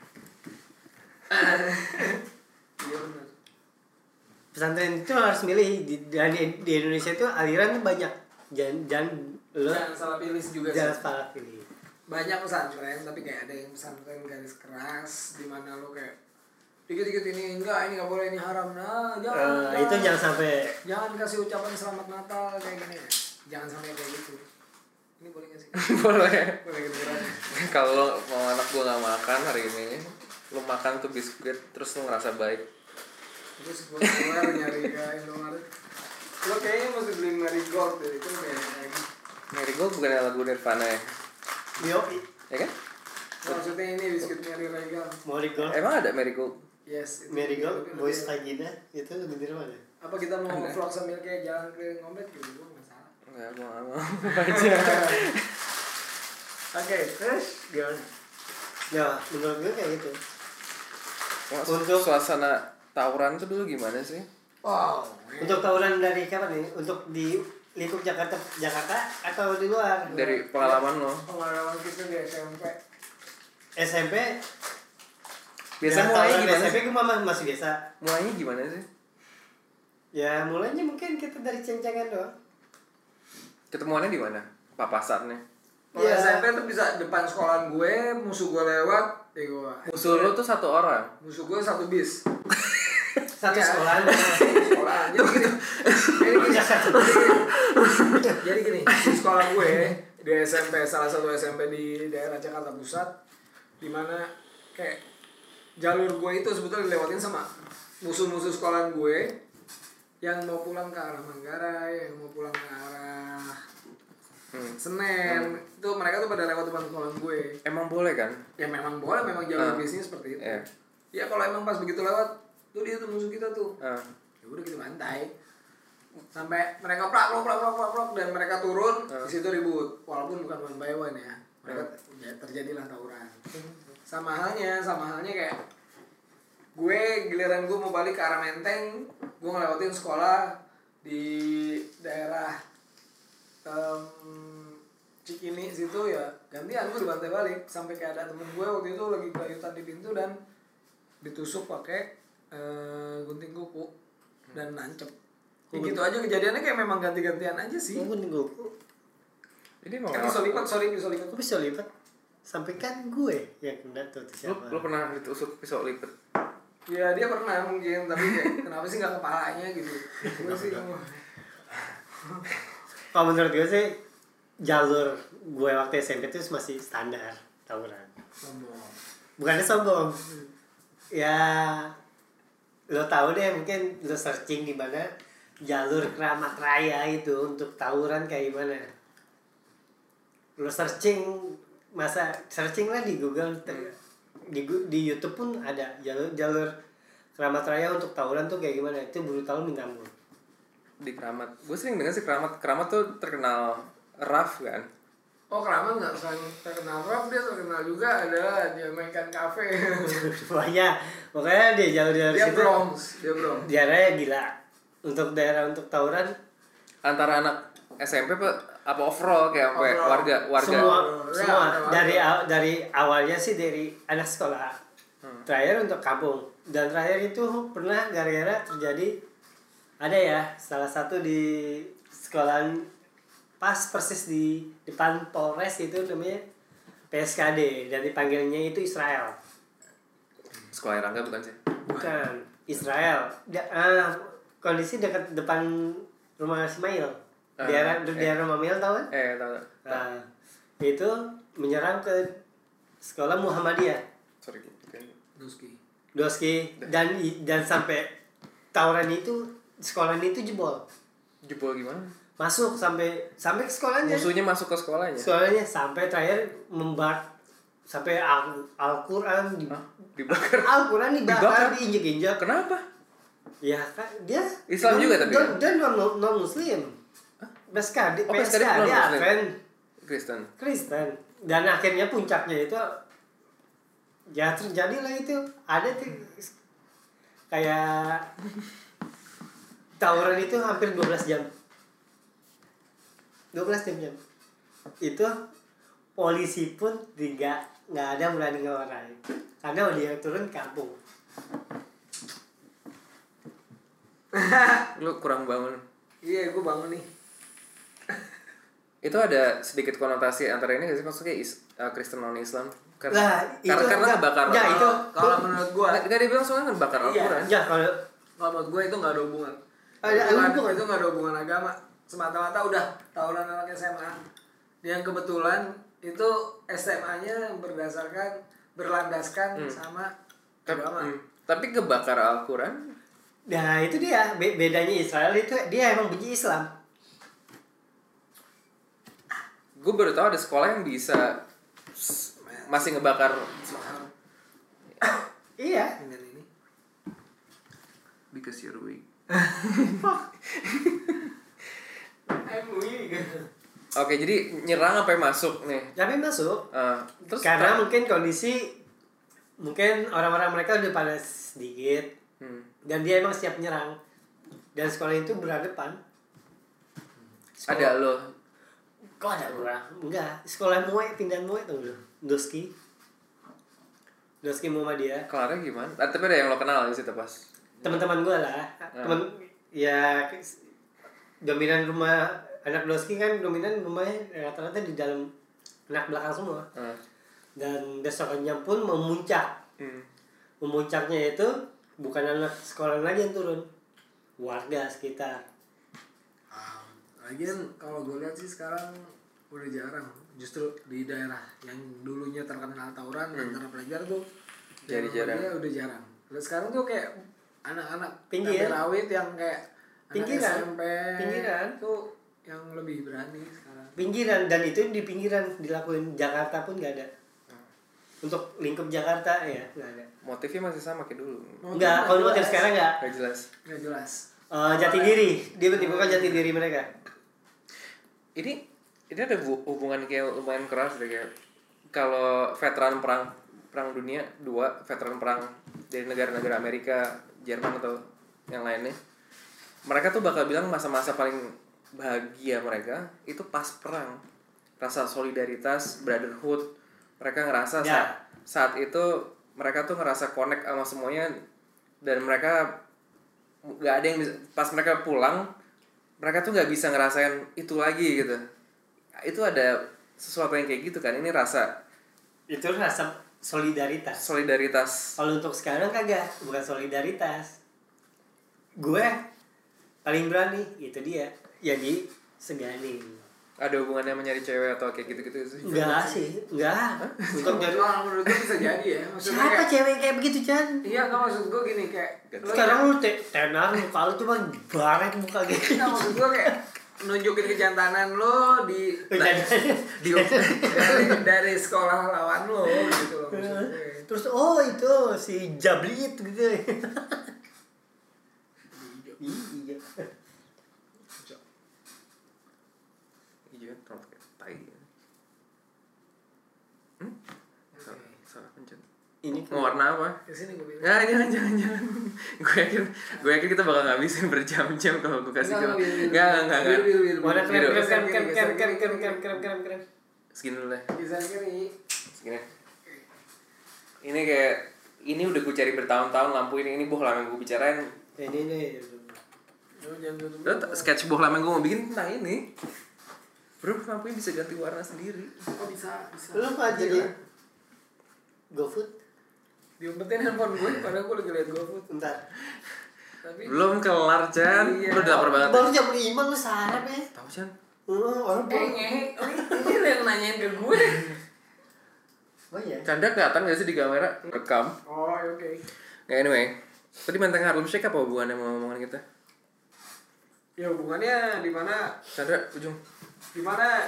Iya benar. Pesantren itu harus milih dan di Indonesia itu aliran banyak. Jangan lo Jangan salah pilih juga jangan sih. salah pilih. Banyak pesantren tapi kayak ada yang pesantren garis keras di mana lo kayak dikit-dikit ini enggak, ini nggak boleh, ini haram. Nah, jangan. Itu jangan sampai. Jangan dikasih ucapan selamat Natal kayak gini. Jangan sampai kayak gitu. Ini boleh nggak sih? Boleh. Boleh kedengeran. Kalau mau anak gua nggak makan hari ini, lu makan tuh biskuit terus lu ngerasa baik. Terus gue keluar nyari ke Indomaret. Lo kayaknya mesti beli Marigold deh, itu kayak lagi. Marigold bukan lagu Nirvana ya? Yo, Ya kan? Maksudnya ini biskuit Mary Regal. Marigold. Emang ada Marigold? Yes. itu Marigold, lebih- Boys lebih- Vagina itu lebih dari mana? Apa kita mau Ada. vlog sambil kayak jalan keliling komplek gitu? Gue nggak salah. Enggak, gua nggak mau. Aja. Oke, terus gimana? Ya, menurut gue kayak gitu. Untuk suasana tawuran tuh dulu gimana sih? Wow. Untuk tawuran dari kapan nih? Untuk di lingkup Jakarta atau di luar? Dari pengalaman lo. Pengalaman kita di SMP. SMP. Biasanya ya, mulainya tawuran gimana SMP sih? gue masih biasa. Mulainya gimana sih? Ya mulainya mungkin kita dari cencengan doang. Ketemuannya di mana? Papasannya. Kalau Iya. SMP tuh bisa depan sekolahan gue, musuh gue lewat, ya gue. Musuh lo tuh satu orang. Musuh gue satu bis. Satu Iya. sekolahan. Sekolah. Jadi gini, di sekolah gue di SMP, salah satu SMP di daerah Jakarta Pusat, di mana kayak jalur gue itu sebetulnya dilewatin sama musuh-musuh sekolahan gue yang mau pulang ke arah Manggarai, yang mau pulang ke arah Senen. Itu mereka tuh pada lewat depan sekolah gue. Emang boleh kan? Ya memang boleh, memang jalur bisnis seperti itu. Ya kalau emang pas begitu lewat, tuh dia tuh musuh kita tuh. Ya udah kita bantai. Sampai mereka plak dan mereka turun, di situ ribut. Walaupun bukan one by one ya. Mereka ya, terjadilah tawuran. Sama halnya kayak gue giliran gue mau balik ke arah Menteng, gue ngelewatin sekolah di daerah Cikini situ ya, gantian gue dibantai balik sampai kayak ada temen gue waktu itu lagi gelayutan di pintu dan ditusuk pakai gunting kuku dan nancep. Ya gitu aja kejadiannya, kayak memang ganti-gantian aja sih. Gunting kuku. Ini mau pisau lipat. Pisau lipat. Sampai kan gue yang kena tuh siapa? Lu pernah ditusuk pisau lipat? Ya dia pernah mungkin, tapi kayak kenapa sih nggak kepalanya gitu? Gue sih. Kalau menurut gue sih jalur gue waktu SMP itu masih standar tawuran. Sombong. Bukannya sombong. Ya lo tahu deh, mungkin lo searching di mana jalur Keramat Raya itu untuk tawuran kayak gimana. Lo searching lah di Google, di YouTube pun ada jalur Keramat Raya untuk tawuran tuh kayak gimana. Itu brutal minta ampun. Di Keramat, gue sering dengar sih Keramat tuh terkenal rough kan. Oh, Keramat nggak terkenal rock, dia terkenal juga ada dia mainkan kafe. Makanya dia jalur-jalur dia situ dia Bronx. Daerahnya gila. Untuk daerah untuk tawuran antara anak SMP apa overall kayak sampai warga semua dari awalnya sih dari anak sekolah, terakhir untuk kampung, dan terakhir itu pernah gara-gara terjadi ada ya salah satu di sekolahan pas persis di depan Polres itu namanya PSKD dan dipanggilnya itu Israel. Sekolah Rangga bukan sih? Bukan, Israel. Kondisi dekat depan rumah Ismail. Daerah rumah Mil tahu kan? Tahu. Nah, itu menyerang ke sekolah Muhammadiyah. Sorry. Doski dan sampai tawuran itu sekolah itu jebol. Jebol gimana? Masuk sampai ke sekolahnya. Musuhnya masuk ke sekolahnya. Sekolahnya sampai terakhir sampai Al-Qur'an dibakar. Al-Qur'an dibakar, diinjek-injek. Kenapa? Ya kan dia Islam juga tapi dan non muslim. PSKD Kristen. Dan akhirnya puncaknya itu ya terjadilah itu. Ada tuh kayak tawuran itu hampir 12 jam. 12 jam. Itu polisi pun nggak ada berani ngelawan karena dia turun kampung. Lu kurang bangun. Iya, gue bangun nih. Itu ada sedikit konotasi antara ini nggak sih, maksudnya Kristen non Islam? Karena ngebakar. Ya itu kalau menurut gue. Nggak dibilang soalnya ngebakar Al-Quran. Iya, kalau menurut gue itu nggak ada hubungan. Itu nggak ada hubungan agama. Semata-mata udah tawuran anak SMA. Yang kebetulan itu SMA-nya berlandaskan sama agama. Tapi ngebakar Al-Quran. Nah itu dia bedanya Israel itu dia emang benci Islam. Gue baru tahu ada sekolah yang bisa masih ngebakar. Iya. Ini. Because you're weak. I'm weak. Oke, jadi nyerang sampai masuk nih. Tapi masuk. Terus karena mungkin kondisi orang-orang mereka udah pada sedikit. Dan dia emang siap nyerang. Dan sekolah itu berhadapan. Ada lo. Kok ada orang? Enggak. Sekolah pindahan tuh lo. Doski Muhammadiyah. Kelarnya gimana? Tapi ada yang lo kenal di situ pas? Teman-teman gue lah. Teman ya dominan rumah anak Doski kan dominan rumahnya rata-rata di dalam anak belakang semua. Dan besokannya pun memuncak. Memuncaknya itu bukan anak sekolah lagi yang turun, warga sekitar. Lagian kalau gue lihat sih sekarang udah jarang. Justru di daerah yang dulunya terkenal tawuran antara pelajar tuh jadi jarang. Udah jarang. Dan sekarang tuh kayak anak-anak pinggir rawit yang kayak pinggiran. SMP Pinggiran tuh yang lebih berani sekarang. pinggiran, dan itu di pinggiran dilakuin. Jakarta pun nggak ada. Untuk lingkup Jakarta ya nggak ada. Motifnya masih sama kayak dulu. Nggak, kalau motif sekarang nggak. Gak jelas. Nggak jelas. Jati diri, dia tiba-tiba jati diri mereka. Ini ada hubungan kayak lumayan keras deh, kayak kalau veteran perang dunia 2, veteran perang dari negara-negara Amerika, Jerman atau yang lainnya, mereka tuh bakal bilang masa-masa paling bahagia mereka itu pas perang. Rasa solidaritas, brotherhood, mereka ngerasa saat itu mereka tuh ngerasa connect sama semuanya, dan mereka nggak ada yang bisa, pas mereka pulang mereka tuh nggak bisa ngerasain itu lagi gitu. Itu ada sesuatu yang kayak gitu kan, ini rasa solidaritas. Kalau untuk sekarang kagak, bukan solidaritas. Gue paling berani, itu dia. Jadi seganin. Ada hubungannya sama nyari cewek atau kayak gitu-gitu sih? Enggak sih, enggak. Untuk nyari Menurut gue bisa jadi ya. Maksudnya siapa kayak, cewek kayak begitu, Chan? iya nggak, maksud gue gini kayak Sekarang lu tenar muka lu cuma baret muka gitu. nggak, maksud gue kayak nunjukin kejantanan lo dari sekolah lawan lo gitu loh maksudnya. Terus itu si Jablit gitu. Iya. Iya, terlalu kayak tai. Salah pencet. Ini Mau warna apa? Kesini gue bilang. Nggak, jangan. gue yakin kita bakal ngabisin berjam-jam kalau gue kasih ke. Nggak. warna Biru. keren. Segini dulu deh. Bisa kiri. Segini. Ini kayak ini udah gue cari bertahun-tahun lampu ini bohlam yang gue bicarain. Ini. Lo sketch bohlam yang gue mau bikin tentang ini. Bro, lampunya bisa ganti warna sendiri. Oh bisa. Lu apa jadi GoFood? Diumpetin handphone gue, padahal gue lagi liat GoFood. Bentar. Tapi Belum kelar, Chan. Iya. Lu udah lapar banget. Baru jam 5 lu sarap ya. Tahu, Chan? Orang ini yang nanyain ke gue. Oh iya. Canda kelihatan gak sih di kamera? Rekam. Oh oke. Nggak, anyway. Tadi Menteng Harlem Shake apa hubungannya sama omongan kita? Ya hubungannya di mana? Chandra, ujung. Di mana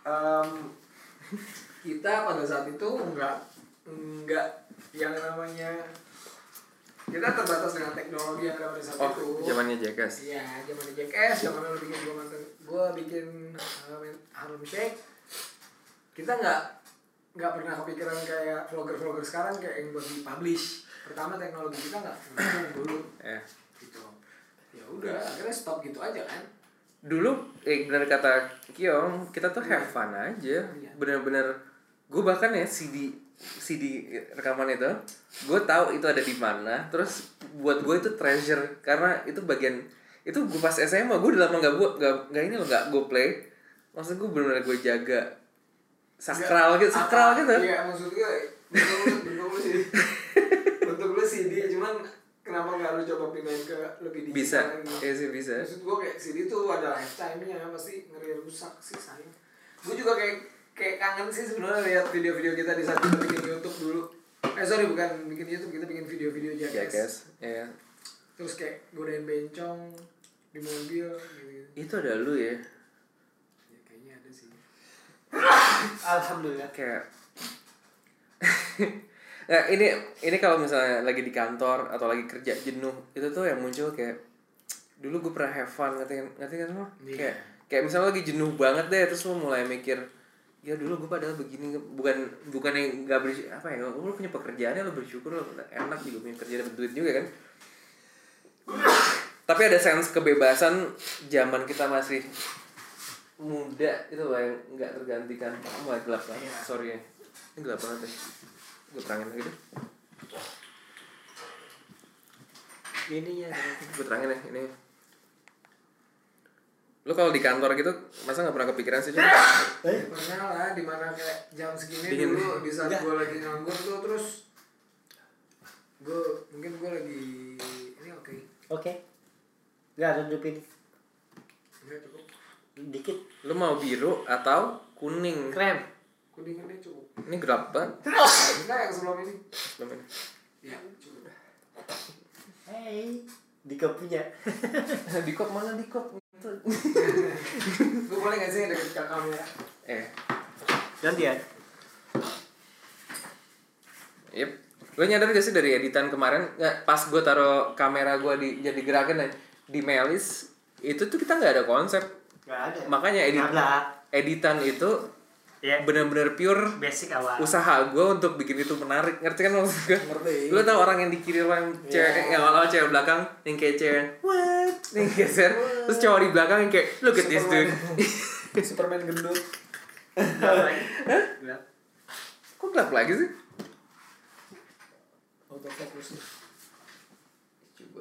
kita pada saat itu enggak yang namanya kita terbatas dengan teknologi yang ada pada saat itu. Zamannya Jackass. Iya, zamannya Jackass, zaman lu bikin gue bikin Harlem Shake. Kita nggak pernah kepikiran kayak vlogger sekarang kayak yang buat di-publish. Pertama teknologi kita nggak dulu. Gitu. Ya udah, akhirnya stop gitu aja kan. Dulu, benar kata Kiong, kita tuh have fun aja. Bener-bener, gue bahkan ya CD rekaman itu, gue tahu itu ada di mana. Terus buat gue itu treasure karena itu bagian itu gue pas SMA gue udah lama nggak gue play. Maksud gue bener-bener gue jaga sakral gitu. Iya, maksud gue bentuk lu CD, cuman kenapa nggak lu coba pindahin ke lebih digital bisa, iya sih bisa. Maksud gue kayak CD tuh ada lifetime-nya, pasti ngeri rusak sih sayang. Gue juga kayak kangen sih sebenarnya lihat video-video kita di saat kita bikin YouTube dulu. Bukan bikin YouTube, kita bikin video-video Jackass. Iya. Terus kayak godain bencong di mobil gitu. Itu ada lu ya. Ya kayaknya ada sih. Alhamdulillah. Kayak nah, ini kalau misalnya lagi di kantor atau lagi kerja jenuh, itu tuh yang muncul kayak dulu gue pernah have fun, ngerti kan semua? Yeah. Kayak misalnya lagi jenuh banget deh, terus lo mulai mikir, ya dulu gue padahal begini, bukan yang nggak apa ya, lo punya pekerjaannya, lo bersyukur, lo enak juga punya kerja, dapat duit juga kan. Tapi ada sense kebebasan zaman kita masih muda itu lah yang nggak tergantikan. Mulai gelap kan? Yeah. Sorry ya, ini gelap banget deh. Gue terangin lagi deh. Ini ya. Gue terangin ya ini. Lo kalau di kantor gitu masa nggak pernah kepikiran sih? Pernah lah, dimana kayak jam segini Dingin. dulu di saat gue lagi nganggur tuh, terus gue lagi ini Oke. Enggak ada hidupin. Enggak cukup. Dikit. Lo mau biru atau kuning? Krem. Kuningannya cukup. Ini gelap banget. Enggak yang sebelum ini. Sebelum ini. Ya cukup. Hey, Dika punya. Di kop mana di kop? Gue boleh gak sih deket ke kamera? Gantian. Yep. Lo nyadar gak sih dari editan kemarin, nggak pas gue taruh kamera gue jadi gerakan di Melis itu tuh kita nggak ada konsep. Nggak ada. Makanya editan itu benar-benar pure basic awal. Usaha gue untuk bikin itu menarik, ngerti kan maksud gue? Ngerti. Lo tau orang yang di kiri orang cewek yang awal cewek belakang yang kayak cewek what yang geser, terus cowok di belakang yang kayak look at this dude. Superman gendut. Gelap. Kok gelap lagi sih? Autofocus. Coba.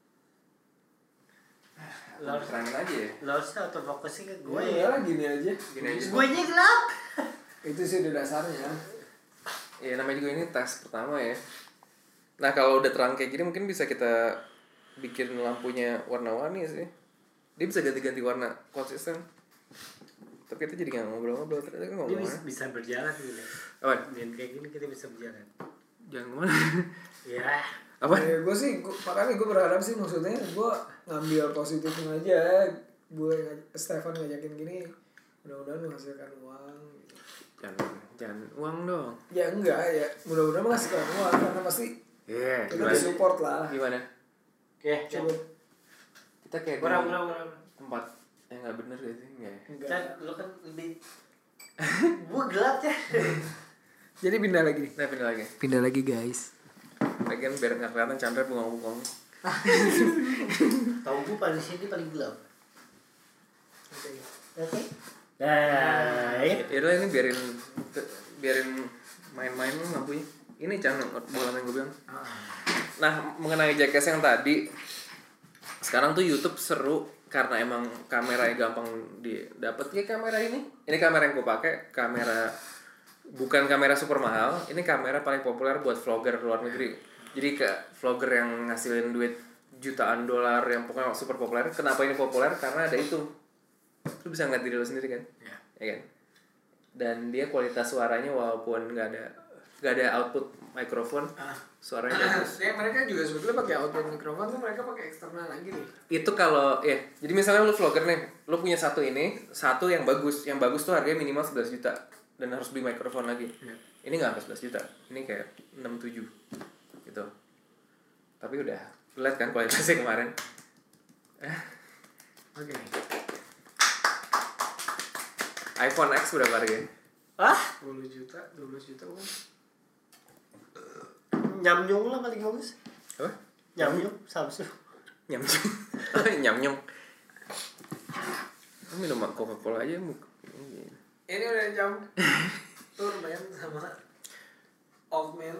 Lo harus Terangin aja ya. Lo harus autofocusnya ke gue. Gue ya gini aja. Gini aja. Gue nya gelap. Itu sih udah dasarnya. Ya namanya juga ini tes pertama ya. Nah kalau udah terang kayak gini mungkin bisa kita bikin lampunya warna-warni sih. Dia bisa ganti-ganti warna konsisten. Tapi kita jadi nggak ngobrol-ngobrol, ternyata kan Dia ngomongnya. bisa berjalan gitu. Apa? Dan kayak gini kita bisa berjalan. Jangan kemana? Ya. Apa? Ya, makanya gue berharap sih maksudnya gue ngambil positifnya aja. Gue Stefan ngajakin gini, mudah-mudahan menghasilkan uang. Gitu. Jangan uang dong. Ya enggak ya, mudah-mudahan menghasilkan uang karena pasti kita disupport lah. Gimana? Oke. Coba Kita kayak Kurang. tempat yang nggak bener gak sih? Nggak ya? Kan lo kan lebih gue gelap ya. Jadi pindah lagi nih. Nah pindah lagi. Pindah lagi guys. Lagian biar nggak kelihatan Chandra bengong-bengong. Tahu gue paling sini paling gelap. Oke. Yaudah ini biarin main-main lampunya. Ini Chandra bola yang gue bilang. Nah mengenai Jackass yang tadi, sekarang tuh YouTube seru karena emang kameranya gampang didapat. Ya kamera ini kamera yang gue pakai, bukan kamera super mahal, ini kamera paling populer buat vlogger luar negeri. Jadi ke vlogger yang ngasilin duit jutaan dolar yang pokoknya super populer. Kenapa ini populer? Karena ada itu. Lu bisa ngeliat diri lu sendiri kan? Ya kan? Dan dia kualitas suaranya walaupun nggak ada output mikrofon, suaranya bagus. Ya mereka juga sebetulnya pakai output mikrofon tuh mereka pakai eksternal lagi nih. Itu kalau jadi misalnya lu vlogger nih, lu punya satu yang bagus tuh harganya minimal 11 juta dan harus beli mikrofon lagi. Ini nggak sampai 11 juta, ini kayak 6-7 gitu. Tapi udah lihat kan kualitasnya kemarin. Oke. iPhone X berapa harganya? 10 juta, 12 juta kan? Nyamnyung lah paling bagus. Apa? Nyamnyung Samsung. Nyamnyung. Nyamnyung. Lu minum Coca-Cola aja Ini udah jam tour man sama old man.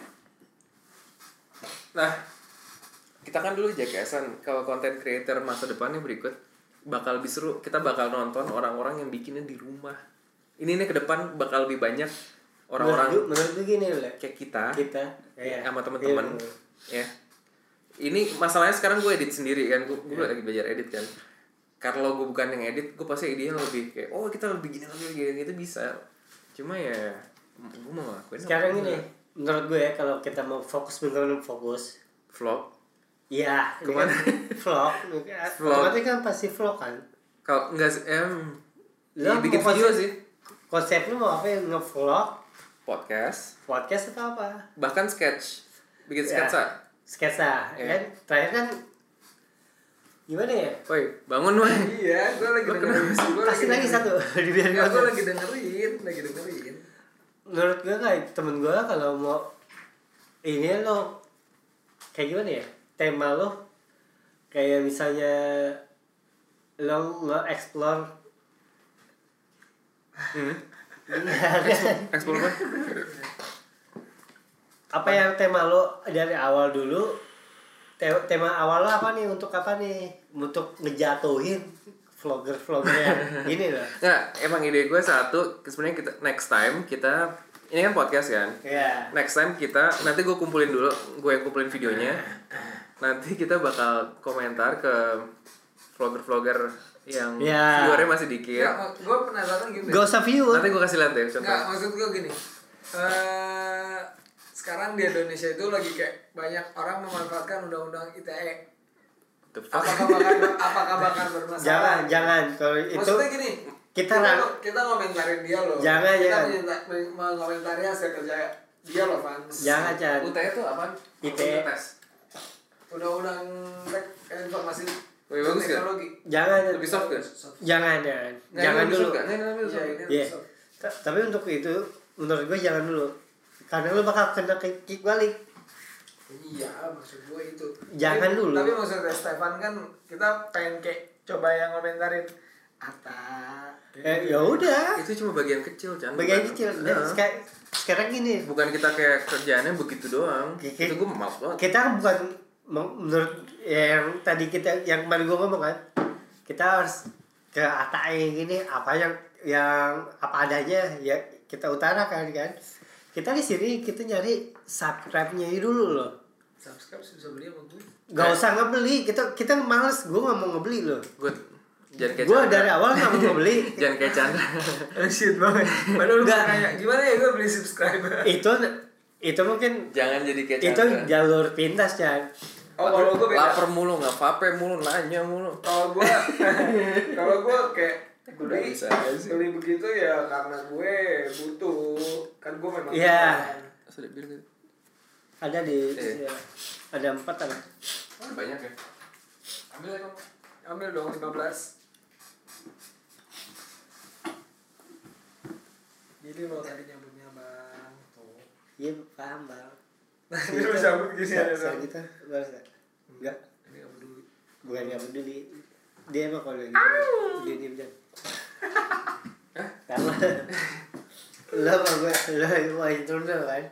Nah, kita kan dulu Jackassan. Kalau content creator masa depannya berikut bakal lebih seru. Kita bakal nonton orang-orang yang bikinnya di rumah. Ini nih ke depan bakal lebih banyak orang-orang menurut gue gini lah. kayak kita sama teman-teman ya. Ini masalahnya sekarang gue edit sendiri kan, gue lagi belajar edit kan. Kalau gue bukan yang edit, gue pasti idenya lebih kayak kita lebih gini gitu bisa. Cuma ya gue mau ngelakuin sekarang ini menurut gue ya, kalau kita mau fokus vlog. Iya, kemana? Vlog. Berarti kan pasti vlog kan. Kalau enggak bikin mau video sih. Konsep lu mau apa, yang nge-vlog? Podcast Atau apa? bahkan sketch, bikin sketsa kan terakhir kan gimana ya? Woi bangun woi. Iya, gue lagi dengerin. Kasih lagi satu dibiarin. Gue lagi dengerin. Menurut gue kayak temen gue kalau mau ini lo kayak gimana ya, tema lo kayak misalnya lo nge-explore Explore apa yang tema lo dari awal dulu. Tema awal lo apa nih, untuk apa nih, untuk ngejatuhin vlogger yang gini loh. Nah emang ide gue satu sebenarnya, kita next time kita ini kan podcast kan. Next time kita nanti gue kumpulin dulu, gue yang kumpulin videonya. Nanti kita bakal komentar ke vlogger yang viewernya masih dikit. Gue penasaran gitu. Gak usah view. Nanti gue kasih lihat deh contoh. Nggak, maksud gue gini. Sekarang di Indonesia itu lagi kayak banyak orang memanfaatkan undang-undang ITE. The fuck? Apakah bakal bermasalah? Jangan kalau itu maksudnya gini, kita ngomentarin dia loh. Kita mengomentari hasil kerja dia loh, Van. Jangan. UTE tuh apaan? ITE. Undang-undang informasi bagus gak? teknologi. Jangan. Lebih soft gak? Jangan dulu. Iya. Tapi untuk itu menurut gue jangan dulu. Karena lu bakal kena kick balik. Iya, maksud gue itu. Jangan dulu. Tapi maksudnya Stefan kan kita pengen kayak coba yang komentarin Atta. Ya udah. Itu cuma bagian kecil, Chan. Bagian kecil. Dan sekarang gini. Bukan kita kayak kerjaannya begitu doang. Itu gue maaf banget. Kita bukan menurut yang tadi yang kemarin gue ngomong kan. Kita harus ke Atta gini apa yang apa adanya ya kita utarakan kan. Kita di sini kita nyari subscribe-nya dulu loh. Subscribe bisa beli sama gue. Gak usah ngebeli, kita males, gue gak mau ngebeli loh. Gue dari awal gak mau ngebeli. Jangan kayak Chandra. Shit banget. Padahal gue kayak gimana ya gue beli subscriber. Itu mungkin jangan jadi kayak Chandra. Itu jalur pintas Chan. Kalau gue beda. Laper mulu, nggak vape mulu, nanya mulu. Kalau gue kayak beli begitu ya karena gue butuh. Kan gue memang. Iya. Sudah bilang gitu. Ada ya, ada 4 ada. Banyak ya. Ambil ya kamu. Ambil dong 15. Jadi lo tadi nyambutnya bang. Tuh. Iya paham bang. Nanti lo sambut gini aja dong. Kita balas enggak. Ini gak peduli. Bukan gak peduli. Dia emang kalau dia diem aja. Karena lo mau intro kan.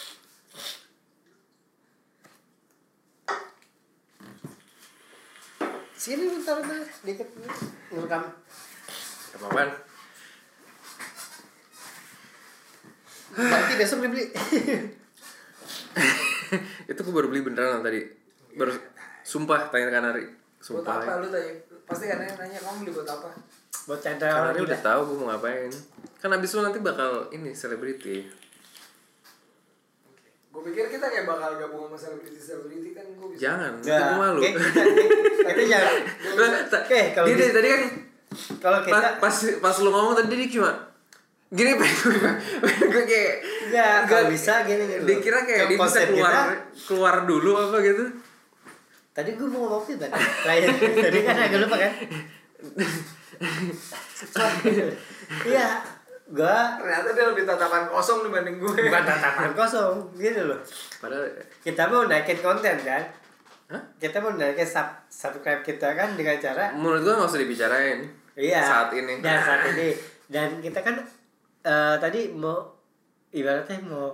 Sini bentar dikit ngerekam. Kemauan. Nanti besok dibeli. Itu gue baru beli beneran tadi. Baru sumpah tanya Kanari. Sumpah. Buat apa lu tanya? Pasti kan nanya kamu beli buat apa? Buat Chandra Kanari udah tahu gue mau ngapain. Kan abis lu nanti bakal ini selebriti. Gue pikir kita kayak bakal gabung sama selebriti kan gue bisa. Jangan, itu malu. Kita jangan. Oke, kalau dia tadi kan kalau kita pas lu ngomong tadi dia cuma gini pengen gue kayak nggak bisa gini. Dia kira kayak dia bisa keluar dulu apa gitu. Tadi gue mau ngomong itu tadi kan agak lupa kan. Iya. Ternyata dia lebih tatapan kosong dibanding gue. Bukan tatapan kosong gitu loh. Padahal kita mau naikin konten kan. Hah? Kita mau naikin subscribe kita kan dengan cara menurut gue nggak usah dibicarain. Iya. Saat ini. Dan kita kan tadi mau ibaratnya mau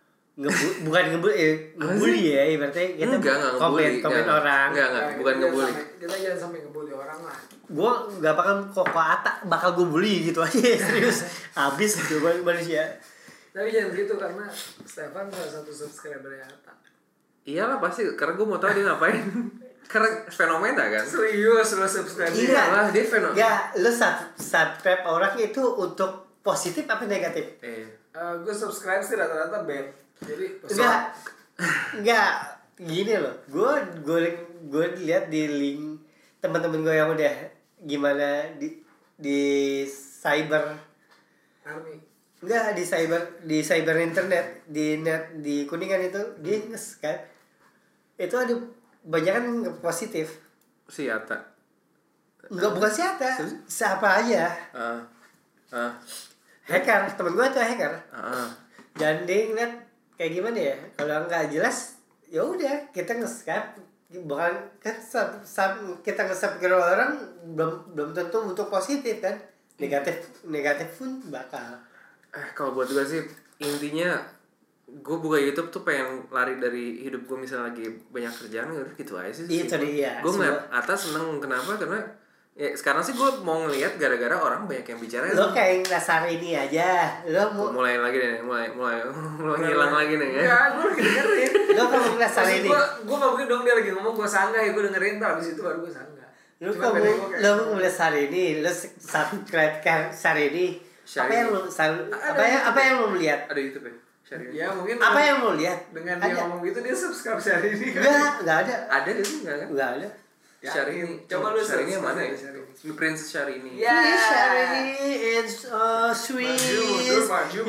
ngebully ya ibaratnya kita komen orang. Bukan ngebully. Kita jangan sampai ngebully orang lah. Gue nggak bakal Atta bakal gue bully gitu aja serius habis gitu manusia. Tapi jangan gitu karena Stefan salah satu subscriber Atta. Iyalah pasti karena gue mau tahu dia ngapain. Karena fenomena kan. Serius lo subscribe. Iya lah dia fenomena. Enggak, lo subscribe orang itu untuk positif apa negatif? Gue subscribe sih rata-rata bad. Jadi enggak gini loh. Gue lihat di link teman-teman gue yang udah gimana di cyber army. Enggak di cyber internet di net di Kuningan itu dia nge-subscribe itu ada banyak kan positif. Si Atta. Enggak bukan si Atta, siapa aja. Hacker, temen gue tuh hacker. Dan dia ngeliat kayak gimana ya? Kalau nggak jelas, ya udah kita nge-subscribe. Bukan kan kita nge-subscribe orang belum tentu untuk positif kan. Negatif pun bakal. Kalau buat gue sih intinya gue buka YouTube tuh pengen lari dari hidup gue misalnya lagi banyak kerjaan gitu aja sih. Itu dia. Gue ngeliat atas seneng kenapa karena ya sekarang sih gue mau ngeliat gara-gara orang banyak yang bicara. Lo kayak dasar ini aja. Lo mau mulai lagi nih, mulai hilang lagi nih ya. Ya, gue lagi dengerin. Lo kamu dasar ini. Gue gak mungkin dong dia lagi ngomong gue sanggah ya gue dengerin tuh abis itu baru gue sanggah. Lo mulai hari ini, lo subscribe kan hari ini. Apa yang lo melihat? Ada YouTube ya? Ya mungkin apa yang lo lihat dengan dia ngomong gitu dia subscribe hari ini kan? Enggak ada. Ada gitu enggak kan? Enggak ada. Syahrini. Coba lu Syahrini yang mana ya? Syahrini. Princess Syahrini. Ya. Yes, Syahrini is sweet. Maju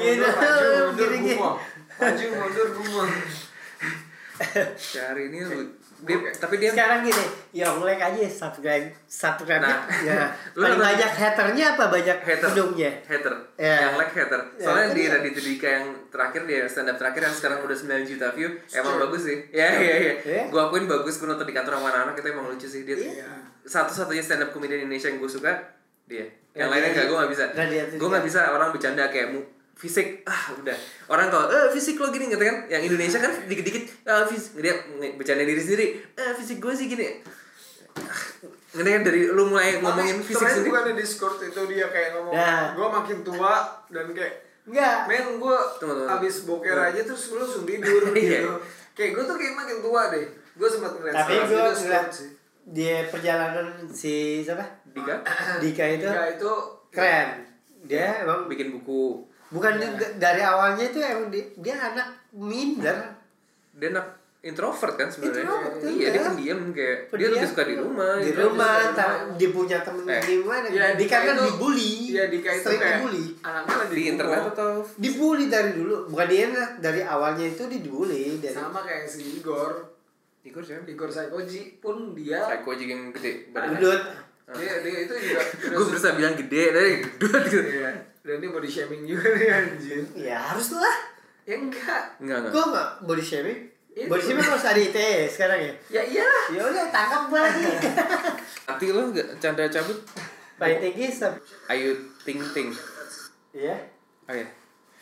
mundur gumoh. Syahrini tapi dia sekarang gini, yang like aja subscribe. Nah, Ya. lu Paling nonton- banyak haternya apa banyak pendukungnya? hater. Ya. Yang like hater. Ya, Soalnya kan di ya. Raditya Dika yang terakhir dia stand up terakhir yang sekarang udah 9 juta view, emang bagus sih. Iya. Ya. Gua akuin bagus, gua nonton di kantor sama anak-anak itu emang lucu sih dia. Iya. Satu-satunya stand up comedian Indonesia yang gue suka dia. Yang Ya, lainnya dia- enggak, gue nggak bisa. Raditya Gue nggak bisa orang bercanda kayak fisik udah orang kalau fisik lo gini gitu kan, yang Indonesia kan dikit-dikit fisik dia bercanda diri sendiri, fisik gue sih gini. Ngerti kan dari lu mulai ngomongin fisik sendiri. sendiri. Bukan di Discord itu dia kayak ngomong, Nah. gue makin tua dan kayak Enggak. men gue Tunggu. abis boker aja terus lu langsung tidur Iya. gitu. Kayak gue tuh kayak makin tua deh. Gue sempat ngeliat Tapi salah gue satu ngeliat Discord sih. dia perjalanan si siapa? Dika itu Ya itu keren. Dia emang Bikin buku, bukan dari awalnya itu emang dia anak minder. dia anak introvert kan sebenarnya. Introvert, Iya, iya. dia pendiam kayak dia Pendiam. lebih suka di rumah. Di gitu. rumah, bisa dia punya temen di mana? Ya, Dika kan itu- dibully. Iya Dika itu Sering kayak dibully. anaknya lagi Di internet gumoh. atau Dibully dari dulu, bukan dia dari awalnya itu dibully dari Sama kayak si Igor siapa? Igor Saikoji pun dia Psycho juga yang gede badannya. Udut. dia itu juga Gue berusaha bilang gede tapi gendut gitu. Iya. Dan dia body shaming juga nih anjir. Ya harus lah. Ya enggak. Enggak. Gua nggak body shaming. Itu. Body shaming harus ada ITE sekarang ya. Ya iyalah. Ya udah tangkap gua lagi. Nanti lo enggak canda cabut. Paling tinggi Ayu Ting Ting. Iya. Oh ya.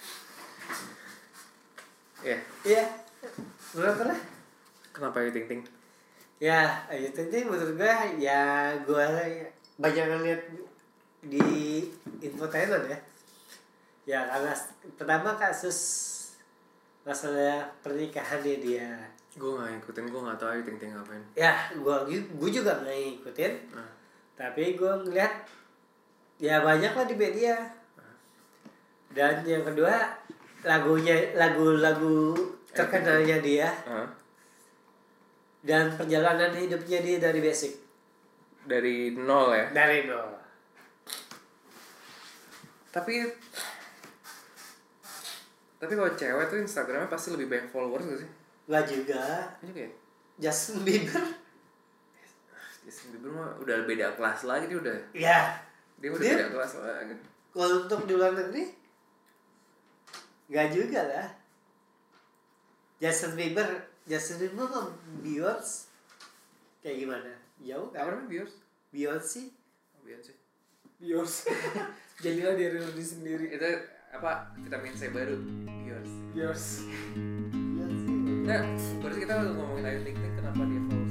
Ya. Iya. Berapa lah? Kenapa Ayu Ting Ting? Ya, itu menurut gua ya gua banyak ngeliat di infotainment ya. Ya karena pertama kasus masalah pernikahannya dia. Gue nggak ngikutin, gue nggak tahu Ayu Ting Ting ngapain. Ya, gua juga nggak ngikutin. Tapi gua ngeliat ya banyak lah di media. Dan yang kedua lagu terkenalnya dia dan perjalanan hidupnya dia dari basic. Dari nol ya. Dari nol. Tapi kalau cewek tuh Instagramnya pasti lebih banyak followers gak sih? Gak juga. Iya kayak Justin Bieber. Justin Bieber mah udah beda kelas lagi dia udah. Ya. Dia udah Dia- beda kelas lagi. Kalau untuk di luar negeri, gak juga lah. Justin Bieber sama Beyonce kayak gimana? Jauh Apa kan? namanya Bios? Beyonce Beyonce. Bios. Jadilah diri lu sendiri. Itu apa vitamin C baru Bios. Bios. Beyonce. Nah, berarti kita ngomongin Ayu Ting Ting kenapa dia follow